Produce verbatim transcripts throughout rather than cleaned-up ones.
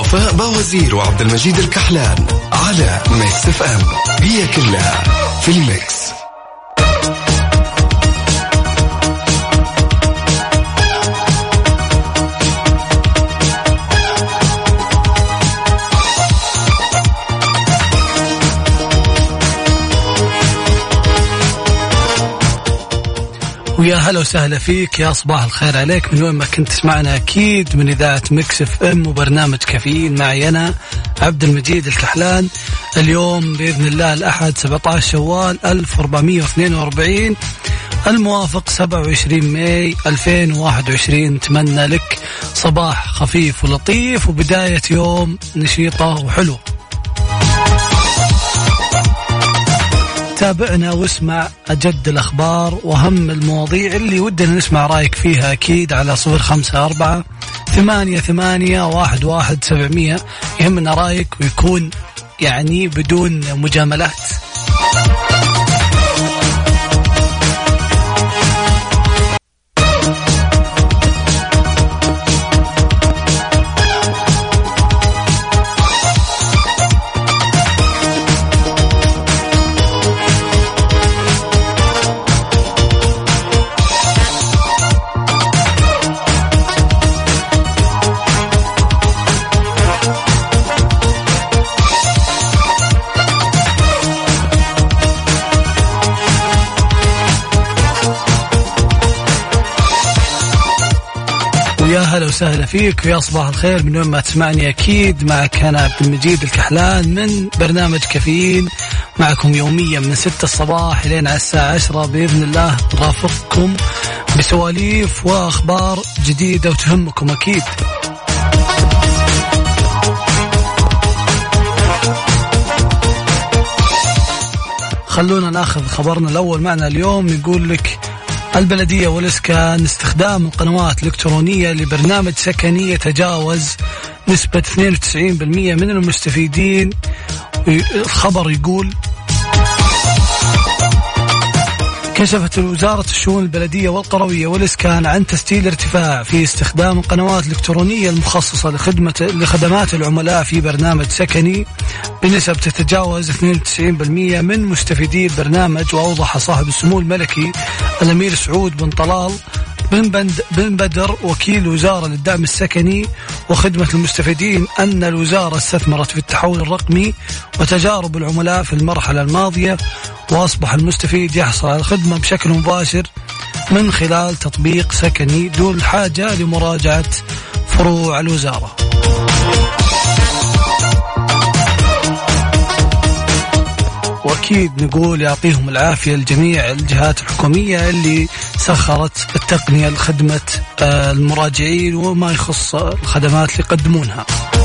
وفاء باوزير وعبد المجيد الكحلان على ميكس اف ام. هي كلها في الميكس. ويا هلا وسهلا فيك، يا صباح الخير عليك من وين ما كنت تسمعنا، أكيد من إذاعة ميكس اف ام وبرنامج كافيين معي أنا عبد المجيد الكحلان. اليوم بإذن الله الأحد سبعة عشر شوال ألف وأربعمائة واثنين وأربعين الموافق سبعة وعشرين ماي ألفين وواحد وعشرين. نتمنى لك صباح خفيف ولطيف وبداية يوم نشيطة وحلوة. تابعنا واسمع أجد الأخبار وأهم المواضيع اللي ودنا نسمع رأيك فيها، أكيد على صفر خمسة أربعة ثمانية ثمانية واحد واحد سبعمية. يهمنا رأيك ويكون يعني بدون مجاملات. يا هلا وسهلا فيك ويا صباح الخير من وين ما تسمعني. أكيد معك أنا عبد المجيد الكحلان من برنامج كافيين، معكم يوميا من ستة الصباح لين على الساعة عشرة بإذن الله. نرافقكم بسواليف وأخبار جديدة وتهمكم أكيد. خلونا ناخذ خبرنا الأول معنا اليوم. يقول لك البلدية والإسكان استخدام القنوات الإلكترونية لبرنامج سكني يتجاوز نسبة اثنين وتسعين بالمئة من المستفيدين. الخبر يقول كشفت وزارة الشؤون البلدية والقروية والإسكان عن تسجيل ارتفاع في استخدام القنوات الإلكترونية المخصصة لخدمة لخدمات العملاء في برنامج سكني بنسب تتجاوز اثنين وتسعين بالمئة من مستفيدي البرنامج. وأوضح صاحب السمو الملكي الأمير سعود بن طلال بن, بند بن بدر وكيل الوزارة للدعم السكني وخدمة المستفيدين أن الوزارة استثمرت في التحول الرقمي وتجارب العملاء في المرحلة الماضية، وأصبح المستفيد يحصل على الخدمة بشكل مباشر من خلال تطبيق سكني دون الحاجة لمراجعة فروع الوزارة. وأكيد نقول يعطيهم العافية لجميع الجهات الحكومية اللي سخرت التقنية لخدمة المراجعين وما يخص الخدمات اللي يقدمونها.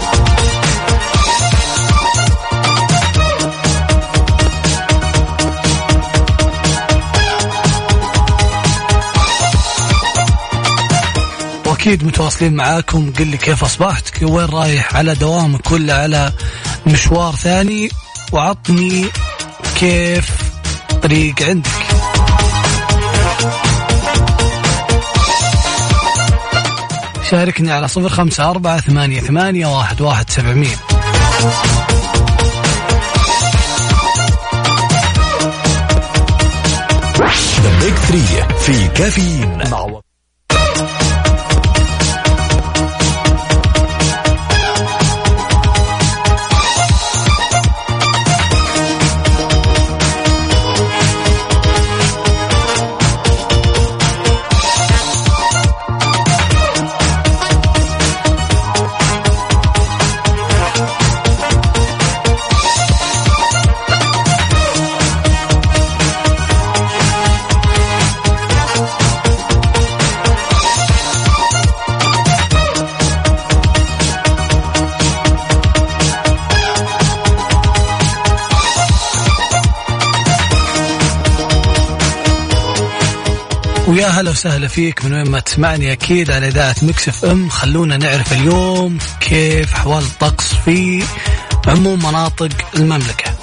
أكيد متواصلين معاكم. قل لي كيف أصبحت، وين رايح، على دوامك ولا على مشوار ثاني، وعطني كيف طريق عندك. شاركني على صفر خمسة أربعة ثمانية ثمانية واحد واحد سبعمية. The Big Three في كافيين مع ويا هلا وسهلا فيك من وين ما تسمعني، أكيد على إذاعة ميكس اف ام. خلونا نعرف اليوم كيف أحوال الطقس في عموم مناطق المملكة.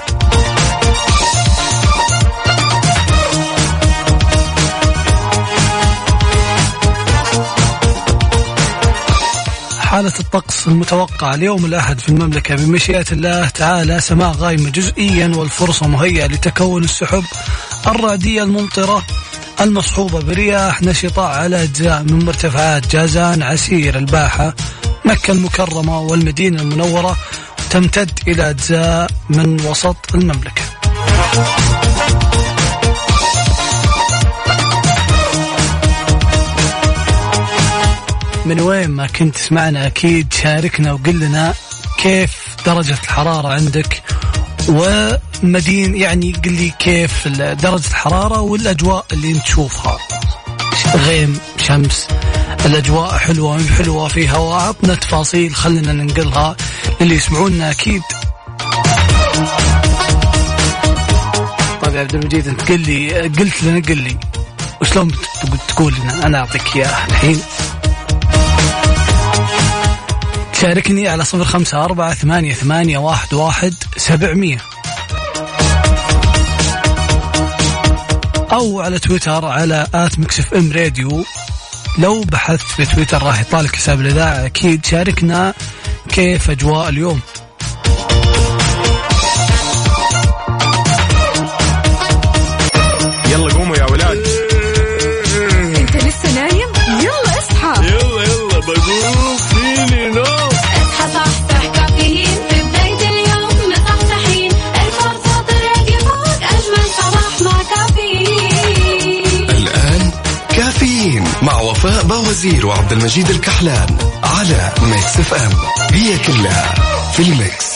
حالة الطقس المتوقعة اليوم الأحد في المملكة بمشيئة الله تعالى سماء غائمة جزئيا والفرصة مهيئة لتكون السحب الرعدية الممطرة المصحوبة برياح نشطة على أجزاء من مرتفعات جازان، عسير، الباحة، مكة المكرمة والمدينة المنورة، تمتد إلى أجزاء من وسط المملكة. من وين ما كنت تسمعنا أكيد شاركنا وقل لنا كيف درجة الحرارة عندك، ومدين يعني قل لي كيف درجة الحرارة والأجواء اللي انت تشوفها، غيم، شمس، الأجواء حلوة حلوة فيها، وعطنا تفاصيل خلنا ننقلها للي يسمعونا أكيد. طيب يا عبد المجيد انت قل لي، قلت لنا قل لي وشلون تقول لنا، أنا أعطيك إياه الحين. شاركني على صفر خمسة أربعة ثمانية ثمانية واحد واحد سبعمية أو على تويتر على آت ميكس اف ام راديو. لو بحثت في تويتر راح يطالك حساب الإذاعة. أكيد شاركنا كيف أجواء اليوم. يلا قوموا يا ولاد. انت لسه نايم؟ يلا اصحى. يلا يلا بقوم فيني نوم. اصحى صحصح كافيين في بداية اليوم مصحصحين، الفرصة تراك فوق أجمل صباح مع كافيين. الآن كافيين مع وفاء باوزير وعبد المجيد الكحلان على ميكس اف ام، هي كلها في الميكس.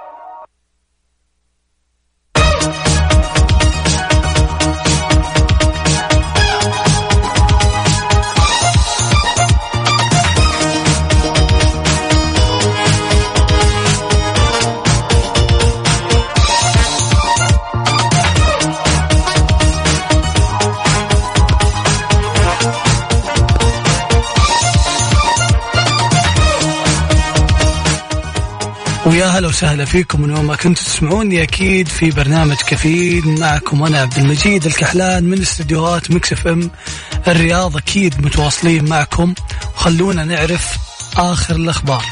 ويا هلا وسهلا فيكم من وين ما كنتوا تسمعوني. أكيد في برنامج كفيل معكم أنا عبد المجيد الكحلان من استديوهات ميكس اف ام الرياض. أكيد متواصلين معكم وخلونا نعرف آخر الأخبار.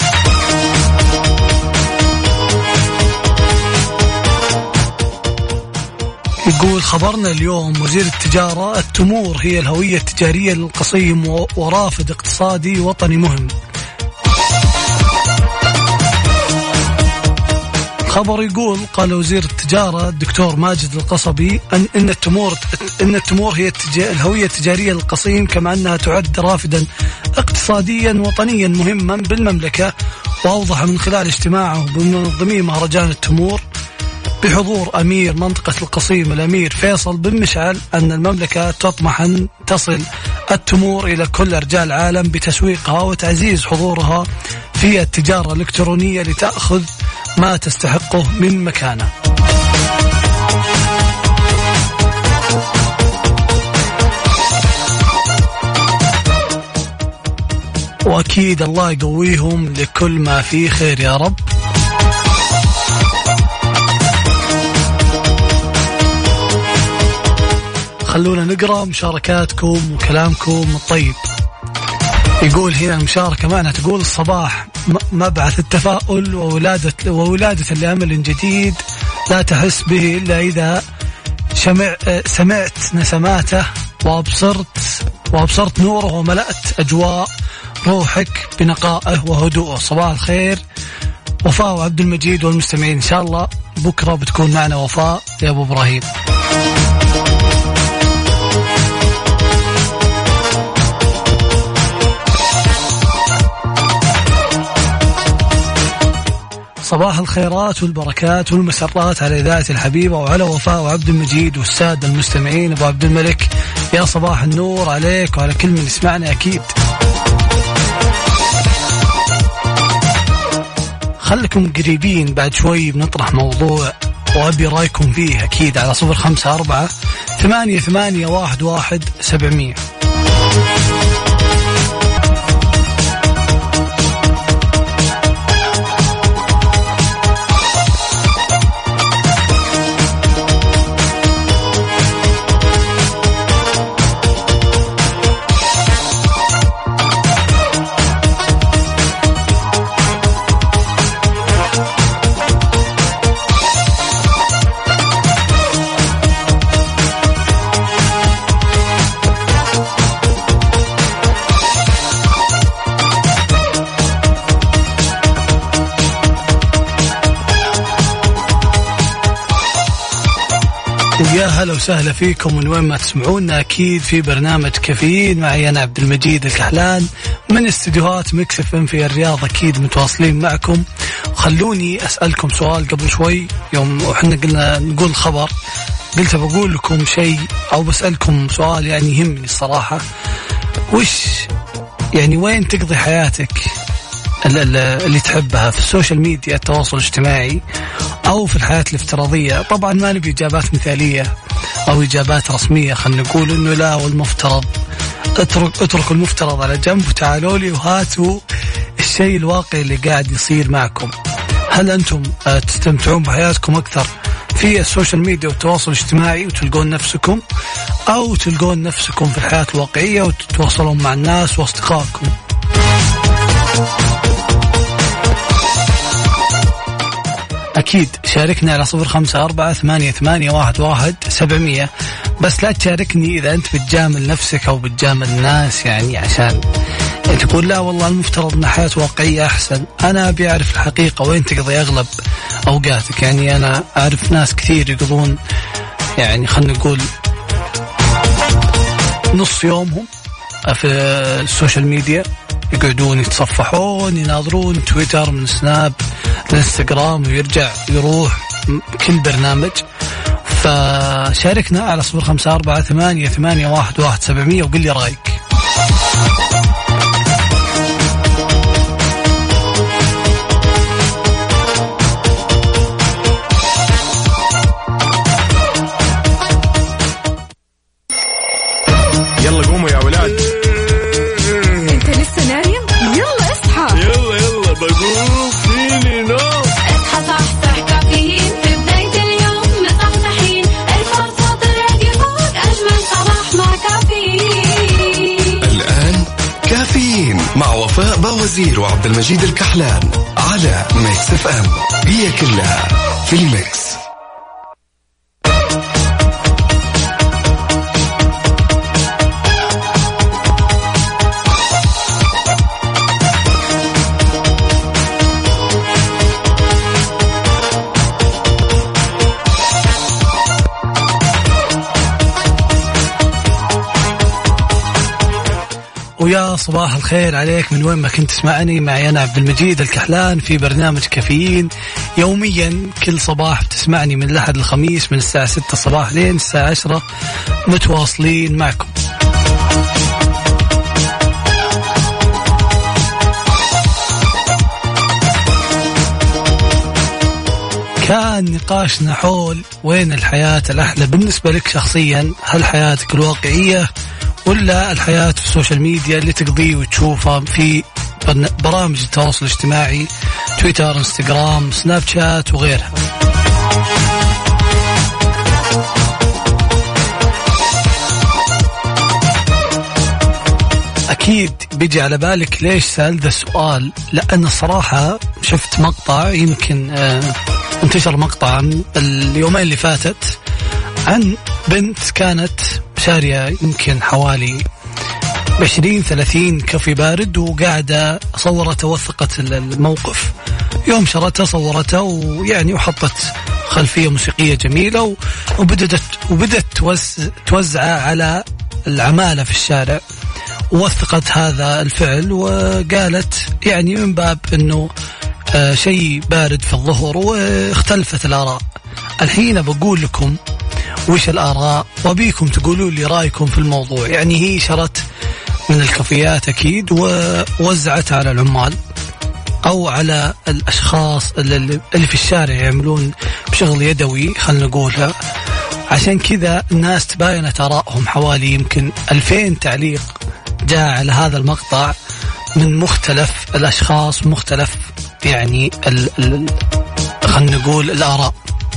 يقول خبرنا اليوم وزير التجارة: التمور هي الهوية التجارية للقصيم ورافد اقتصادي وطني مهم. خبر يقول قال وزير التجارة الدكتور ماجد القصبي أن إن التمور إن التمور هي الهوية التجارية للقصيم، كما أنها تعد رافدا اقتصاديا وطنيا مهما بالمملكة. وأوضح من خلال اجتماعه بمنظمي مهرجان التمور بحضور أمير منطقة القصيم الأمير فيصل بن مشعل أن المملكة تطمح أن تصل التمور إلى كل أرجاء العالم بتسويقها وتعزيز حضورها في التجارة الإلكترونية لتأخذ ما تستحقه من مكانه. وأكيد الله يقويهم لكل ما فيه خير يا رب. خلونا نقرأ مشاركاتكم وكلامكم الطيب. يقول هنا المشاركة معنا تقول: الصباح مبعث التفاؤل وولادة وولادة لأمل جديد لا تحس به إلا إذا شمع سمعت نسماته وأبصرت وأبصرت نوره وملأت أجواء روحك بنقائه وهدوءه. صباح الخير وفاء وعبد المجيد والمستمعين. إن شاء الله بكرة بتكون معنا وفاء يا أبو إبراهيم. صباح الخيرات والبركات والمسرات على إذاعة الحبيبة وعلى وفاء وعبد المجيد والسادة المستمعين. أبو عبد الملك يا صباح النور عليك وعلى كل من يسمعنا. أكيد خلكم قريبين، بعد شوي بنطرح موضوع وأبي رأيكم فيه أكيد على صفر خمسة أربعة ثمانية ثمانية واحد واحد سبعمية. ويا هلا وسهلا فيكم من وين ما تسمعونا. أكيد في برنامج كافيين معي أنا عبد المجيد الكحلان من استديوهات ميكس اف ام في الرياض. أكيد متواصلين معكم. خلوني أسألكم سؤال قبل شوي يوم وحنا قلنا نقول خبر، قلت بقول لكم شيء أو بسألكم سؤال يعني يهمني الصراحة. وش يعني وين تقضي حياتك اللي تحبها، في السوشيال ميديا التواصل الاجتماعي أو في الحياة الافتراضية؟ طبعا ما نبي إجابات مثالية أو إجابات رسمية، خلنا نقول إنه لا والمفترض. اترك اترك المفترض على جنب وتعالوا لي وهاتوا الشيء الواقعي اللي قاعد يصير معكم. هل أنتم تستمتعون بحياتكم أكثر في السوشيال ميديا والتواصل الاجتماعي وتلقون نفسكم، أو تلقون نفسكم في الحياة الواقعية وتتواصلون مع الناس وأصدقائكم؟ أكيد شاركنا على صفر خمسة أربعة ثمانية ثمانية واحد واحد سبعمية. بس لا تشاركني إذا أنت بتجامل نفسك أو بتجامل الناس، يعني عشان يعني تقول لا والله المفترض أن حياة واقعية أحسن. أنا أبي أعرف الحقيقة وين تقضي أغلب أوقاتك. يعني أنا أعرف ناس كثير يقضون يعني خلنا نقول نص يومهم في السوشيال ميديا، يقعدون يتصفحون يناظرون تويتر من سناب الانستغرام ويرجع يروح كل برنامج. فشاركنا على صفر خمسة أربعة ثمانية ثمانية واحد واحد سبعمية وقل لي رأيك. يلا قوموا يا ولاد. انت لسه نايم؟ يلا اصحى. يلا يلا بقوم فيني نوم. اصحى صحصح كافيين في بداية اليوم مصحصحين، الفرصة تراك فوق أجمل صباح مع كافيين. الآن كافيين مع وفاء باوزير وعبد المجيد الكحلان على ميكس اف ام. هي كلها في الميكس. ويا صباح الخير عليك من وين ما كنت تسمعني. معي أنا عبد المجيد الكحلان في برنامج كافيين يوميا كل صباح بتسمعني من الأحد الخميس من الساعة ستة صباح لين الساعة عشرة متواصلين معكم. كان نقاشنا حول وين الحياة الأحلى بالنسبة لك شخصيا، هل حياتك الواقعية ولا الحياة في السوشيال ميديا اللي تقضيه وتشوفها في برامج التواصل الاجتماعي تويتر انستغرام سناب شات وغيرها؟ أكيد بيجي على بالك ليش سأل ذا السؤال، لأن الصراحة شفت مقطع يمكن آه انتشر مقطع اليومين اللي فاتت عن بنت كانت شارية يمكن حوالي عشرين ثلاثين كافي بارد وقاعدة صورته وثقت الموقف. يوم شرته صورته ويعني وحطت خلفية موسيقية جميلة وبدت وبدت توزعه على العمالة في الشارع، ووثقت هذا الفعل وقالت يعني من باب انه آه شيء بارد في الظهر، واختلفت الآراء. الحين بقول لكم وش الآراء وبيكم تقولوا لي رأيكم في الموضوع. يعني هي شرت من الكافيات أكيد ووزعتها على العمال أو على الأشخاص اللي في الشارع يعملون بشغل يدوي خلنا نقولها. عشان كذا الناس تباينت آرائهم، حوالي يمكن ألفين تعليق جاء على هذا المقطع من مختلف الأشخاص، مختلف يعني ال ال خلنا نقول الآراء.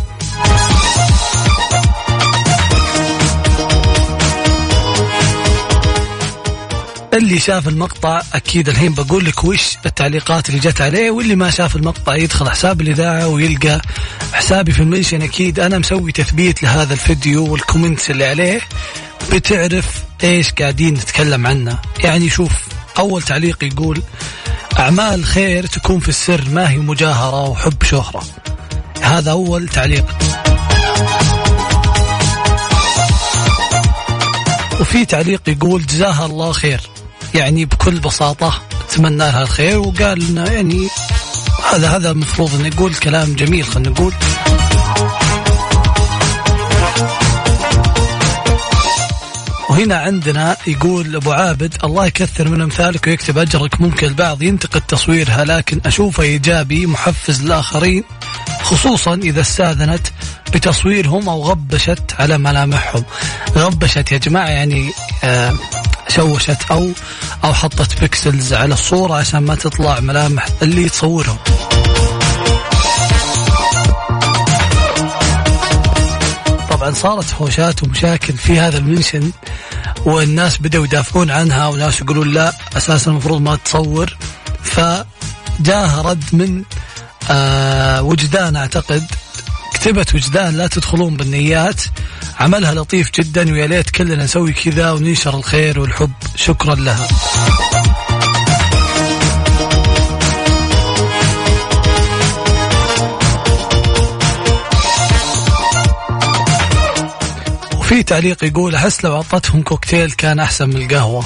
اللي شاف المقطع أكيد الحين بقول لك وش التعليقات اللي جت عليه، واللي ما شاف المقطع يدخل حساب الإذاعة ويلقى حسابي في المنشن. أكيد أنا مسوي تثبيت لهذا الفيديو والكومنتس اللي عليه بتعرف إيش قاعدين نتكلم عنه. يعني شوف أول تعليق يقول أعمال خير تكون في السر ما هي مجاهرة وحب شهرة. هذا أول تعليق. وفي تعليق يقول جزاها الله خير، يعني بكل بساطة أتمنى لها الخير، وقال إنه يعني هذا هذا مفروض إنه يقول كلام جميل. خلنا نقول وهنا عندنا يقول أبو عابد الله يكثر من أمثالك ويكتب أجرك. ممكن البعض ينتقد تصويرها لكن أشوفه إيجابي محفز للآخرين، خصوصا إذا استاذنت بتصويرهم أو غبشت على ملامحهم. غبشت يا جماعة يعني آه شوشت أو أو حطت بيكسلز على الصورة عشان ما تطلع ملامح اللي تصورهم. طبعا صارت هوشات ومشاكل في هذا المنشن، والناس بدأوا يدافعون عنها، وناس يقولون لا أساسا المفروض ما تصور. فجاء رد من آه وجدان، أعتقد كتبت وجدان لا تدخلون بالنيات، عملها لطيف جدا ويا ليت كلنا نسوي كذا وننشر الخير والحب. شكرا لها. وفي تعليق يقول أحس لو عطتهم كوكتيل كان أحسن من القهوة.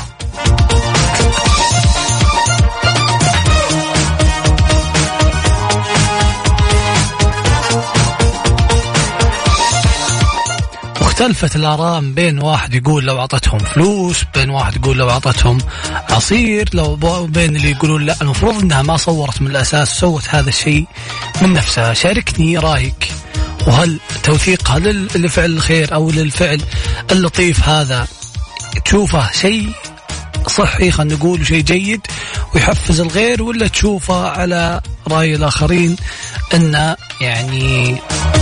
اختلفت الآراء بين واحد يقول لو عطتهم فلوس، بين واحد يقول لو عطتهم عصير، لو بين اللي يقولون لا المفروض أنها ما صورت من الأساس، سوت هذا الشيء من نفسها. شاركني رأيك، وهل توثيقها للفعل الخير أو للفعل اللطيف هذا تشوفه شيء صحي خلينا نقول شيء جيد ويحفز الغير، ولا تشوفه على رأي الآخرين أنه يعني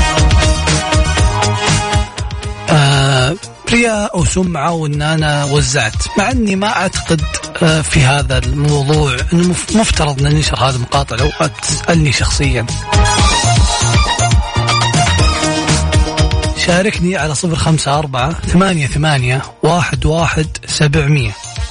آه رياء أو سمعة وأن أنا وزعت؟ مع أني ما أعتقد آه في هذا الموضوع أنه مفترض أن ننشر هذه المقاطع لو تسألني شخصيا. شاركني على صفر خمسة أربعة ثمانية ثمانية واحد واحد سبعمية.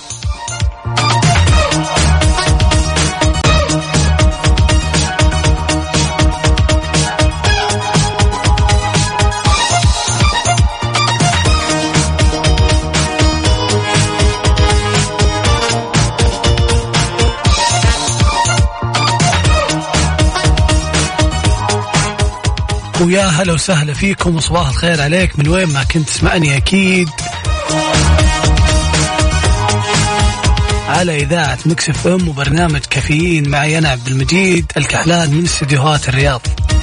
ويا هلا وسهلا فيكم وصباح الخير عليك من وين ما كنت تسمعني، أكيد على إذاعة ميكس اف ام وبرنامج كافيين. معي أنا عبد المجيد الكحلان من استديوهات الرياض.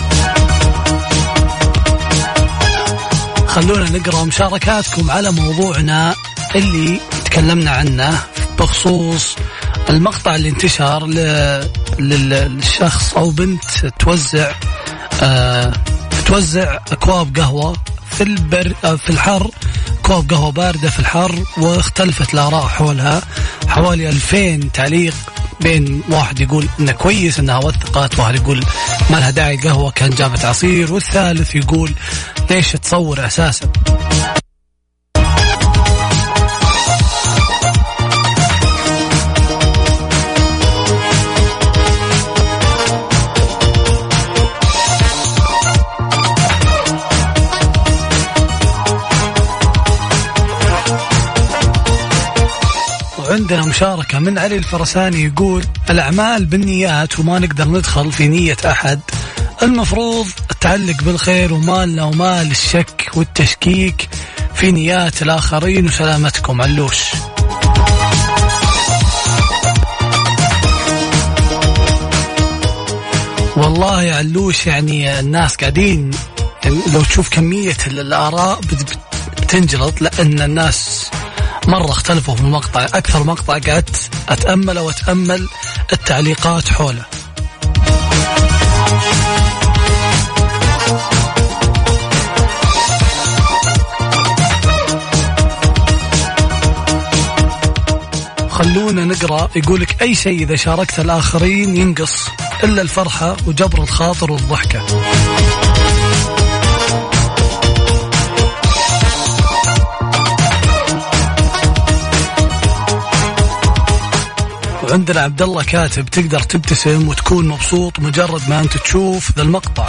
خلونا نقرأ مشاركاتكم على موضوعنا اللي تكلمنا عنه بخصوص المقطع اللي انتشر للشخص أو بنت توزع آه توزع أكواب قهوة في البر في الحر، كوب قهوة باردة في الحر، واختلفت الآراء حولها. حوالي ألفين تعليق، بين واحد يقول إنه كويس إنها وثقت، واحد يقول ما لها داعي القهوة كان جابت عصير، والثالث يقول ليش تصور أساسا. عندنا مشاركة من علي الفرساني يقول الأعمال بالنيات وما نقدر ندخل في نية أحد، المفروض تعلق بالخير ومالنا ومال الشك والتشكيك في نيات الآخرين وسلامتكم. علوش والله يا علوش، يعني الناس قاعدين لو تشوف كمية الآراء بتنجلط، لأن الناس مرة اختلفوا في المقطع. أكثر مقطع قعدت أتأمل وأتأمل التعليقات حوله. خلونا نقرأ. يقولك أي شيء إذا شاركت الآخرين ينقص إلا الفرحة وجبر الخاطر والضحكة. وعندنا عبد الله كاتب تقدر تبتسم وتكون مبسوط مجرد ما أنت تشوف ذا المقطع.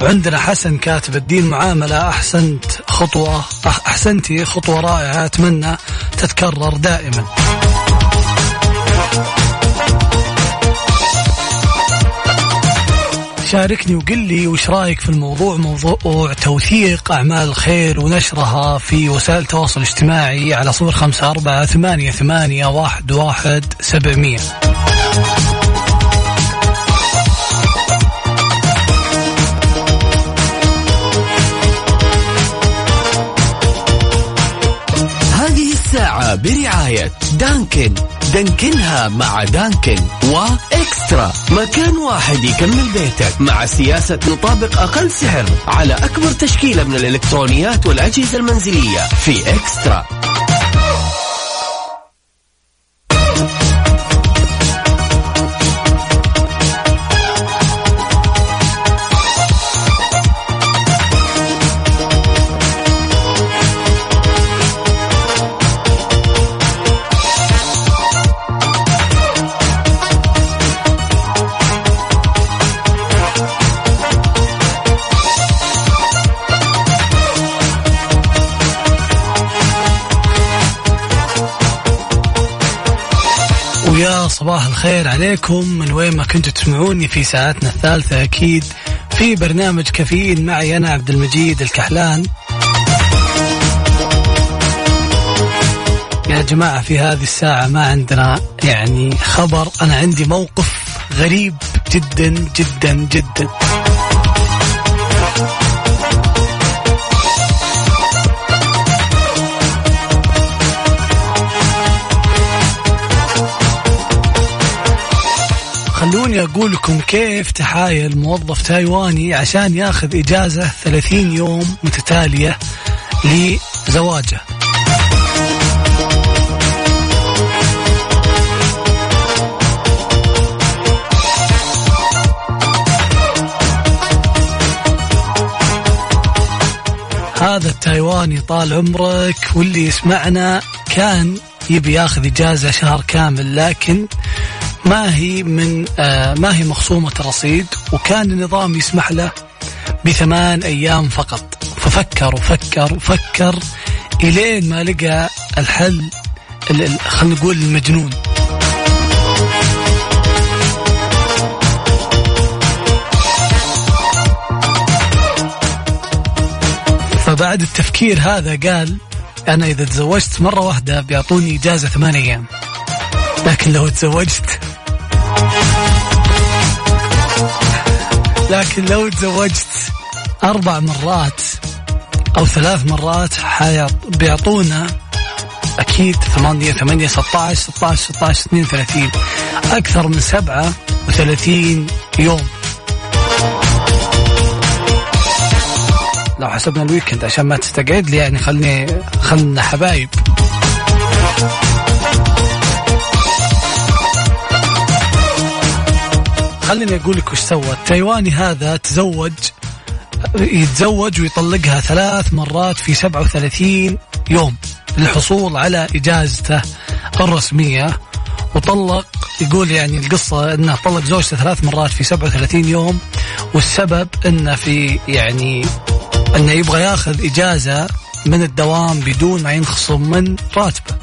وعندنا حسن كاتب الدين معاملة أحسنت خطوة أحسنتي خطوة رائعة أتمنى تتكرر دائما. شاركني وقل لي وش رايك في الموضوع، موضوع توثيق أعمال الخير ونشرها في وسائل التواصل الاجتماعي على صفر خمسة أربعة ثمانية ثمانية واحد واحد سبعمية. هذه الساعة برعاية دانكن، دانكنها مع دانكن، وإكسترا مكان واحد يكمل بيتك مع سياسة نطابق أقل سعر على أكبر تشكيلة من الإلكترونيات والأجهزة المنزلية في إكسترا. ويا صباح الخير عليكم من وين ما كنتوا تسمعوني في ساعتنا الثالثة أكيد في برنامج كافيين معي أنا عبد المجيد الكحلان. يا جماعة في هذه الساعة ما عندنا يعني خبر، أنا عندي موقف غريب جدا جدا جدا. خلوني أقول لكم كيف تحايل موظف تايواني عشان ياخذ إجازة ثلاثين يوم متتالية لزواجه. هذا التايواني طال عمرك واللي يسمعنا كان يبي ياخذ إجازة شهر كامل، لكن ما هي من آه ما هي مخصومة رصيد، وكان النظام يسمح له بثمان أيام فقط. ففكر وفكر وفكر إلين ما لقى الحل، خلينا نقول المجنون. فبعد التفكير هذا قال أنا إذا تزوجت مرة واحدة بيعطوني إجازة ثمان أيام، لكن لو تزوجت لكن لو تزوجت أربع مرات أو ثلاث مرات بيعطونا أكيد ثمانية ثمانية ستة عشر ستة عشر ستة عشر اثنين وثلاثين، أكثر من سبعة وثلاثين يوم لو حسبنا الويكند عشان ما تستقعد لي. يعني خلني خلنا حبايب. خليني أقول لك وش سوى التايواني هذا. تزوج يتزوج ويطلقها ثلاث مرات في سبعة وثلاثين يوم للحصول على إجازته الرسمية، وطلق يقول يعني القصة أنه طلق زوجته ثلاث مرات في سبعة وثلاثين يوم، والسبب أنه في يعني أنه يبغى ياخذ إجازة من الدوام بدون ما ينخصم من راتبه.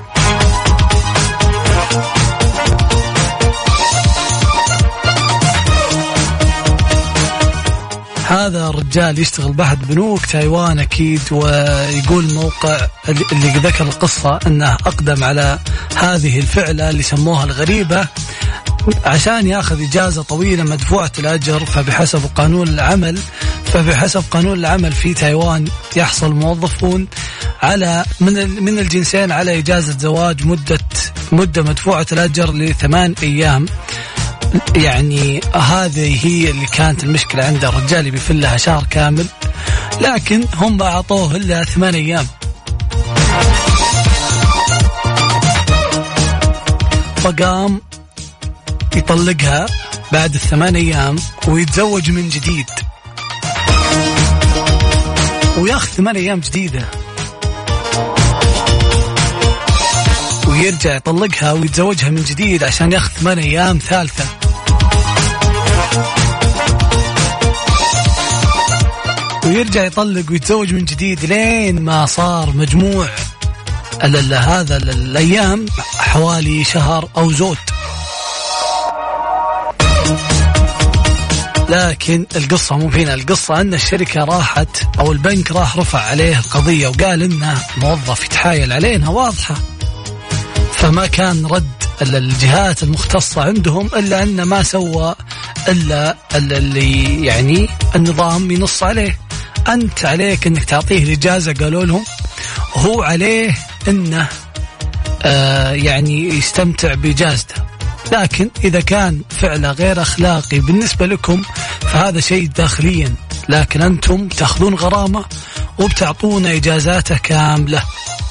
هذا الرجال يشتغل بأحد بنوك تايوان أكيد، ويقول الموقع اللي ذكر القصة أنه أقدم على هذه الفعلة اللي سموها الغريبة عشان ياخذ إجازة طويلة مدفوعة الأجر. فبحسب قانون العمل فبحسب قانون العمل في تايوان يحصل موظفون على من من الجنسين على إجازة زواج مدة مدة مدفوعة الأجر لثمان أيام. يعني هذه هي اللي كانت المشكلة عند الرجال اللي بيفلها شهر كامل، لكن هم ما أعطوه إلا ثمان أيام. فقام يطلقها بعد الثمان أيام ويتزوج من جديد وياخذ ثمان أيام جديدة، ويرجع يطلقها ويتزوجها من جديد عشان ياخذ ثمان أيام ثالثة. ويرجع يطلق ويتزوج من جديد لين ما صار مجموع هذا الأيام حوالي شهر أو زود. لكن القصة مو فينا، القصة أن الشركة راحت أو البنك راح رفع عليه القضية وقال إنه موظف يتحايل علينا واضحة، فما كان رد الجهات المختصة عندهم إلا أنه ما سوى إلا اللي يعني النظام ينص عليه. أنت عليك أنك تعطيه الإجازة قالوا لهم، هو عليه أنه آه يعني يستمتع بإجازته، لكن إذا كان فعله غير أخلاقي بالنسبة لكم فهذا شيء داخليا، لكن أنتم تأخذون غرامة وبتعطون إجازاته كاملة.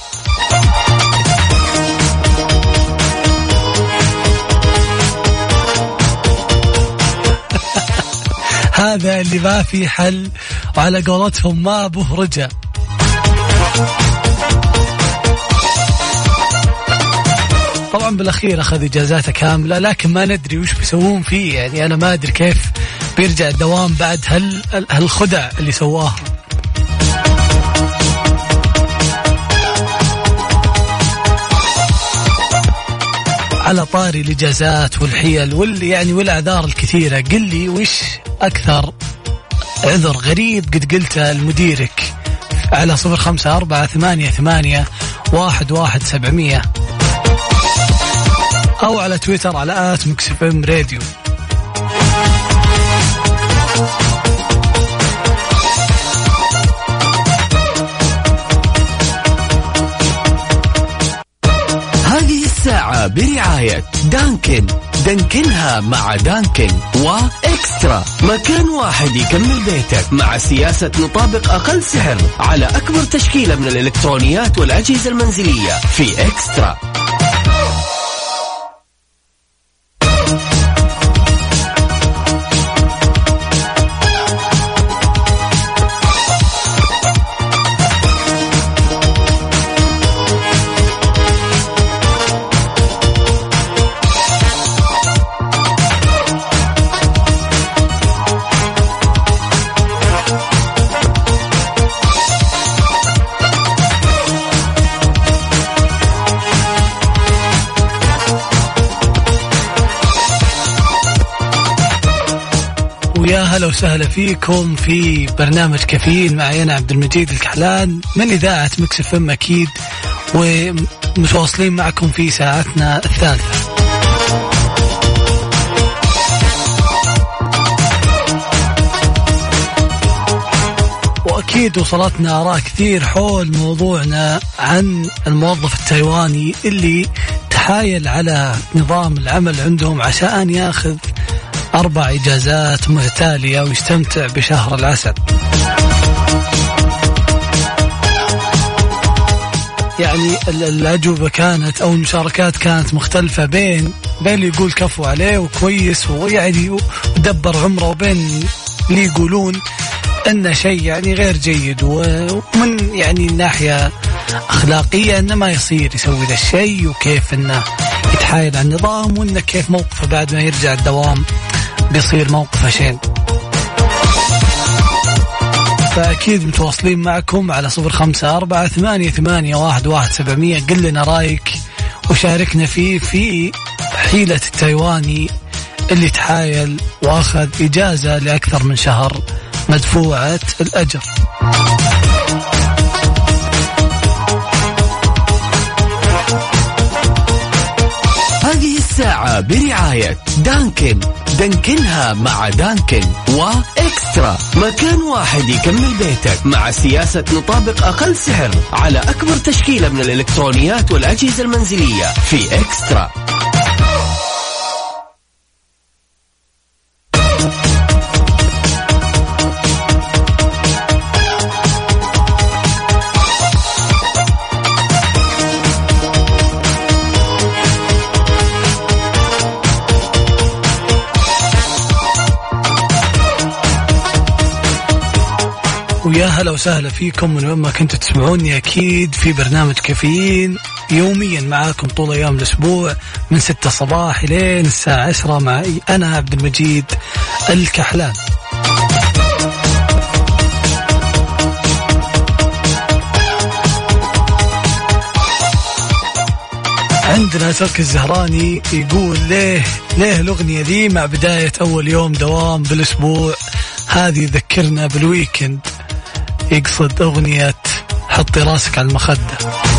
هذا اللي ما في حل، وعلى قولتهم ما به رجع. طبعا بالأخير أخذ إجازاته كاملة، لكن ما ندري وش بيسوون فيه. يعني أنا ما أدري كيف بيرجع الدوام بعد هال هالخدع اللي سواها. على طاري الإجازات والحيل واللي يعني والأعذار الكثيرة، قل لي وش أكثر عذر غريب قد قلته لمديرك على صفر خمسة أربعة ثمانية ثمانية واحد واحد سبعمية أو على تويتر على آت ميكس إف إم راديو. هذه الساعة برعاية دانكن، دانكنها مع دانكن، وإكسترا مكان واحد يكمل بيتك مع سياسة نطابق أقل سعر على أكبر تشكيلة من الإلكترونيات والأجهزة المنزلية في إكسترا. ويا هلا وسهلا فيكم في برنامج كافيين معي أنا عبد المجيد الكحلان من إذاعة ميكس إف إم أكيد، ومتواصلين معكم في ساعتنا الثالثة. وأكيد وصلتنا آراء كثير حول موضوعنا عن الموظف التايواني اللي تحايل على نظام العمل عندهم عشان ياخذ أربع إجازات متتالية ويستمتع بشهر العسل. يعني الأجوبة كانت أو المشاركات كانت مختلفة بين بين اللي يقول كفو عليه وكويس ويعني ودبر عمره، وبين اللي يقولون أنه شيء يعني غير جيد، ومن يعني الناحية أخلاقية أنه ما يصير يسوي ذا الشيء، وكيف أنه يتحايل على النظام، وأنه كيف موقفه بعد ما يرجع الدوام بيصير موقفه شين. فأكيد متواصلين معكم على صفر خمسة أربعة ثمانية ثمانية واحد واحد سبعمية. قل لنا رأيك وشاركنا فيه في حيلة التايواني اللي تحايل وأخذ إجازة لأكثر من شهر مدفوعة الأجر. هذه الساعة برعاية دانكن، دانكنها مع دانكن، وإكسترا مكان واحد يكمل بيتك مع سياسة نطابق أقل سعر على أكبر تشكيلة من الإلكترونيات والأجهزة المنزلية في إكسترا. ويا هلا وسهلا فيكم من وين ما كنتوا تسمعوني، أكيد في برنامج كافيين يوميا معاكم طول أيام الأسبوع من ستة صباح لين الساعة عشرة معي أنا عبد المجيد الكحلان. عندنا ترك الزهراني يقول ليه ليه الأغنية ذي مع بداية أول يوم دوام بالأسبوع، هذه ذكرنا بالويكند. يقصد أغنية حطي راسك على المخدة،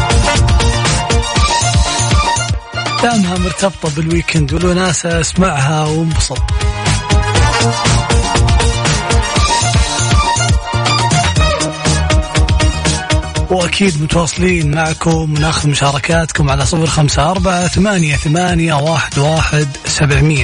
دامها مرتبطة بالويكند والوناسة اسمعها وانبسط. وأكيد متواصلين معكم وناخذ مشاركاتكم على صفر خمسة أربعة ثمانية ثمانية واحد واحد سبعمية.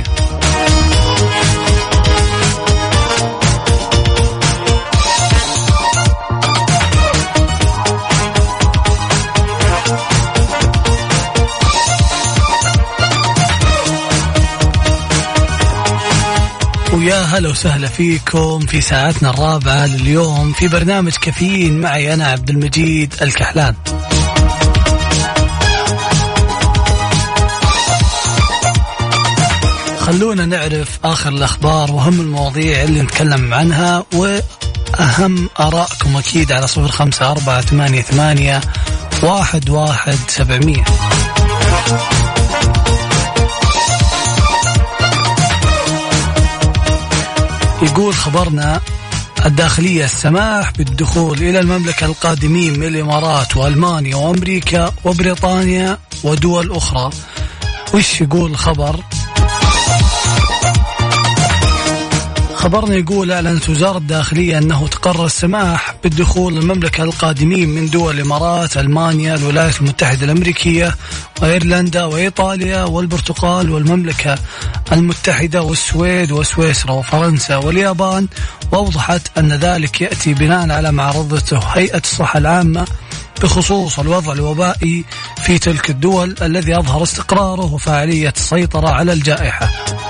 ويا هلا وسهلا فيكم في ساعتنا الرابعة لليوم في برنامج كافيين، معي أنا عبد المجيد الكحلان. خلونا نعرف آخر الأخبار وأهم المواضيع اللي نتكلم عنها وأهم آراءكم أكيد على صفر خمسة أربعة ثمانية ثمانية واحد واحد سبعمية. يقول خبرنا الداخلية السماح بالدخول إلى المملكة القادمين من الإمارات وألمانيا وأمريكا وبريطانيا ودول أخرى. وش يقول الخبر؟ خبرنا يقول أعلنت وزارة الداخلية أنه تقرر السماح بالدخول للمملكة القادمين من دول الإمارات، ألمانيا، الولايات المتحدة الأمريكية وإيرلندا وإيطاليا والبرتغال والمملكة المتحدة والسويد وسويسرا وفرنسا واليابان. وأوضحت أن ذلك يأتي بناء على ما عرضته هيئة الصحة العامة بخصوص الوضع الوبائي في تلك الدول الذي أظهر استقراره وفاعلية السيطرة على الجائحة.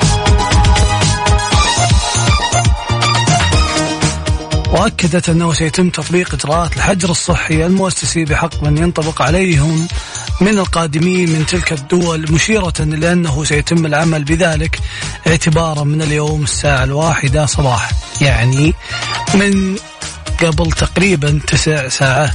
وأكدت أنه سيتم تطبيق إجراءات الحجر الصحي المؤسسي بحق من ينطبق عليهم من القادمين من تلك الدول، مشيرة لأنه سيتم العمل بذلك اعتبارا من اليوم الساعة الواحدة صباحا، يعني من قبل تقريبا تسع ساعات.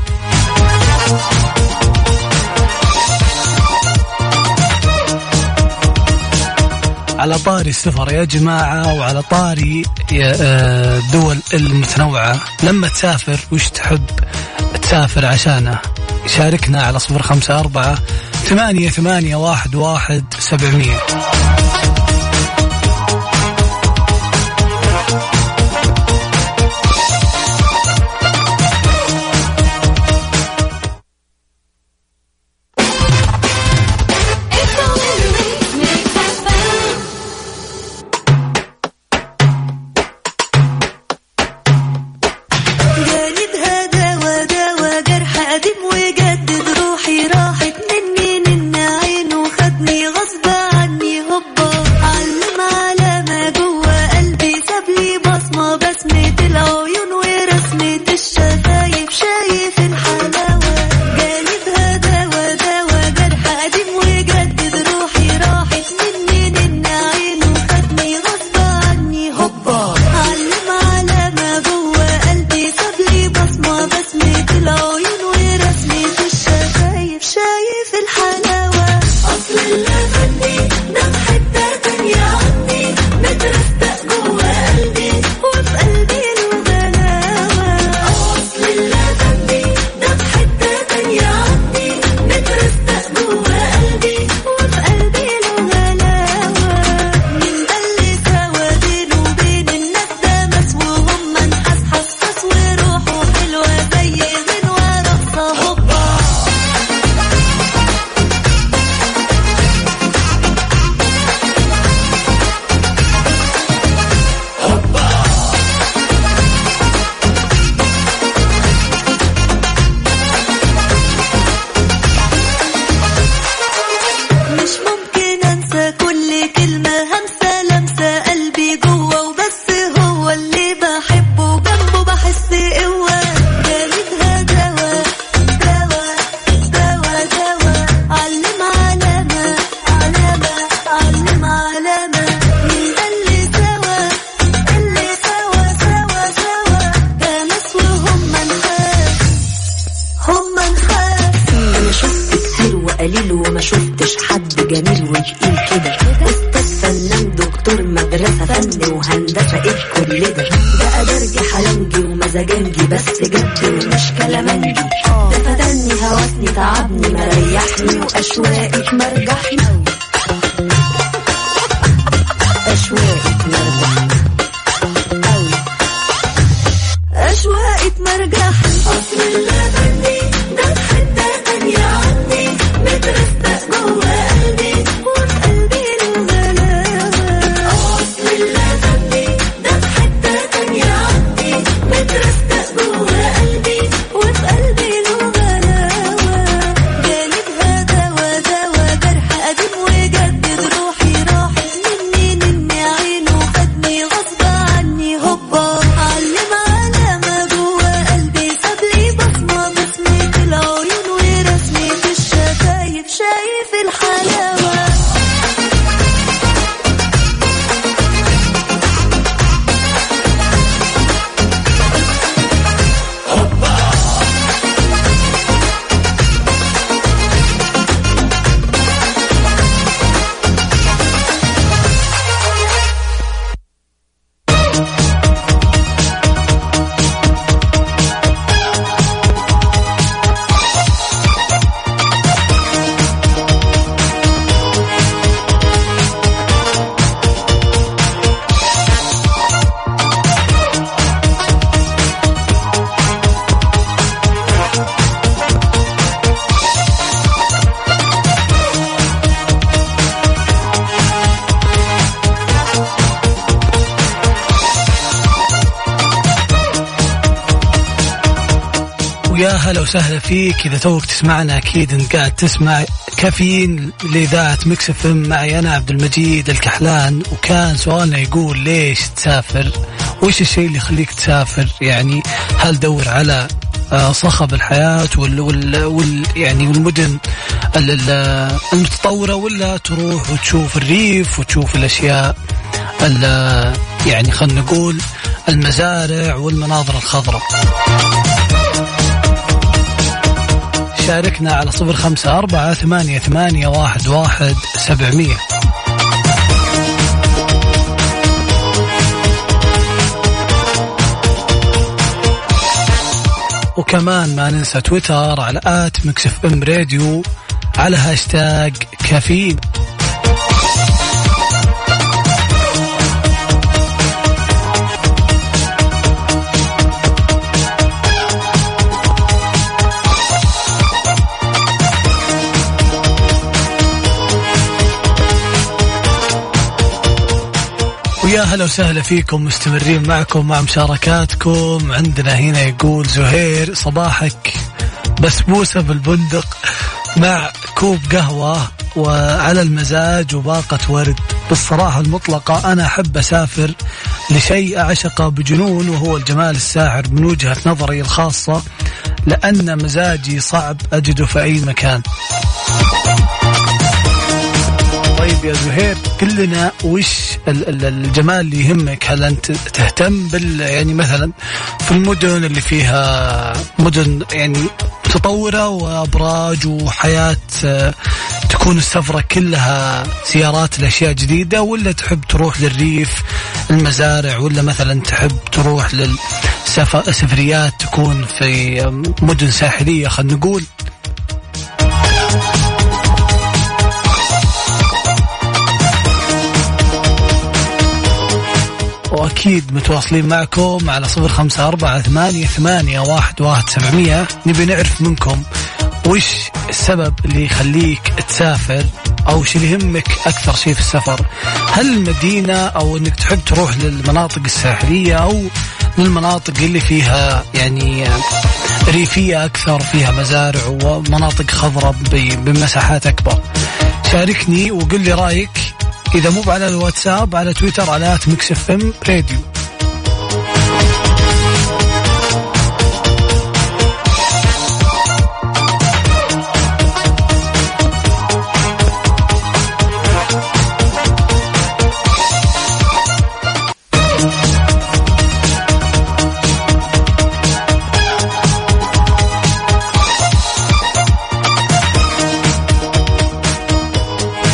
على طاري السفر يا جماعة وعلى طاري الدول المتنوعة، لما تسافر وش تحب تسافر عشانه؟ شاركنا على صفر خمسة أربعة ثمانية ثمانية واحد واحد سبعمية. وجدد روحي راحت مني، من عينه خدني غصب عني. جميل وتقيل كده، أستاذ فنان دكتور مدرسة فن وهندسة إيه كل ده، ده أدرجي حلنجي ومزاجنجي بس جد ومش كلامنجي، ده فتني هوسني تعبني مريحني وأشواقك مرجحني، أشواقك مرجحني أوي، أشواقك مرجحني. أصل اللي غني ده حتة تانية عني، مترستق جوا قلبي وفي قلبي له غلاوة. أصل اللي غني ده حتة تانية عني، مترستق جوا قلبي وفي قلبي له غلاوة. جانبها دوا دوا جرح قديم وجدد روحي، راحت مني مني عينه خدني غصب عني، هوبا علم علامة جوا قلبي، سابلي بصمة بسمة العيون ورسمة الشفايف، شايف الحلاوة. ويا هلا وسهلا فيك. إذا توك تسمعنا أكيد أنت قاعد تسمع كافيين لإذاعة ميكس اف ام معي أنا عبد المجيد الكحلان. وكان سؤالنا يقول ليش تسافر؟ وإيش الشيء اللي يخليك تسافر؟ يعني هل دور على صخب الحياة وال, وال, وال يعني والمدن المتطورة، ولا تروح وتشوف الريف وتشوف الأشياء يعني خلنا نقول المزارع والمناظر الخضراء؟ شاركنا على صفر خمسة أربعة ثمانية ثمانية واحد واحد سبعمية. وكمان ما ننسى تويتر على آت ميكس اف ام راديو على هاشتاج كافيين. ويا هلا وسهلا فيكم، مستمرين معكم مع مشاركاتكم. عندنا هنا يقول زهير صباحك بسبوسة بالبندق مع كوب قهوة وعلى المزاج وباقة ورد. بالصراحة المطلقة أنا أحب أسافر لشيء أعشقه بجنون، وهو الجمال الساحر من وجهة نظري الخاصة، لأن مزاجي صعب أجده في أي مكان. طيب يا زهير قل لنا وش الجمال اللي يهمك؟ هل أنت تهتم بال يعني مثلا في المدن اللي فيها مدن يعني متطورة وأبراج وحياة تكون السفرة كلها زيارات لأشياء جديدة، ولا تحب تروح للريف المزارع، ولا مثلا تحب تروح للسفريات تكون في مدن ساحلية خلينا نقول؟ وأكيد متواصلين معكم على صفر خمسة أربعة ثمانية ثمانية واحد واحد سبعمية. نبي نعرف منكم وش السبب اللي يخليك تسافر، أو شو اللي يهمك أكثر شيء في السفر؟ هل المدينة، أو أنك تحب تروح للمناطق الساحلية، أو للمناطق اللي فيها يعني ريفية أكثر، فيها مزارع ومناطق خضراء بمساحات أكبر؟ شاركني وقل لي رأيك، إذا مو على الواتساب على تويتر على آت ميكس اف ام راديو.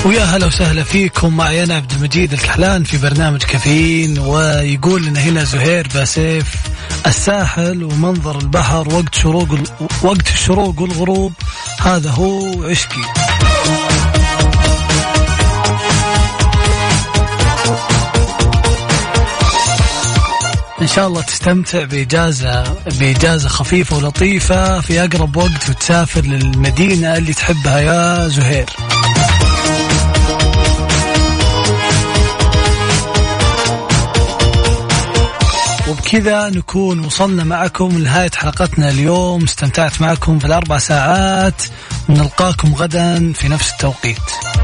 ويا هلا وسهلا فيكم. معي أنا عبد المجيد الكحلان في برنامج كافيين. ويقول لنا هنا زهير باسيف: الساحل ومنظر البحر وقت شروق وقت الشروق والغروب هذا هو عشقي. إن شاء الله تستمتع بإجازة بإجازة خفيفة ولطيفة في أقرب وقت وتسافر للمدينة اللي تحبها يا زهير. وبكذا نكون وصلنا معكم لنهاية حلقتنا اليوم. استمتعت معكم في الأربع ساعات، ونلقاكم غدا في نفس التوقيت.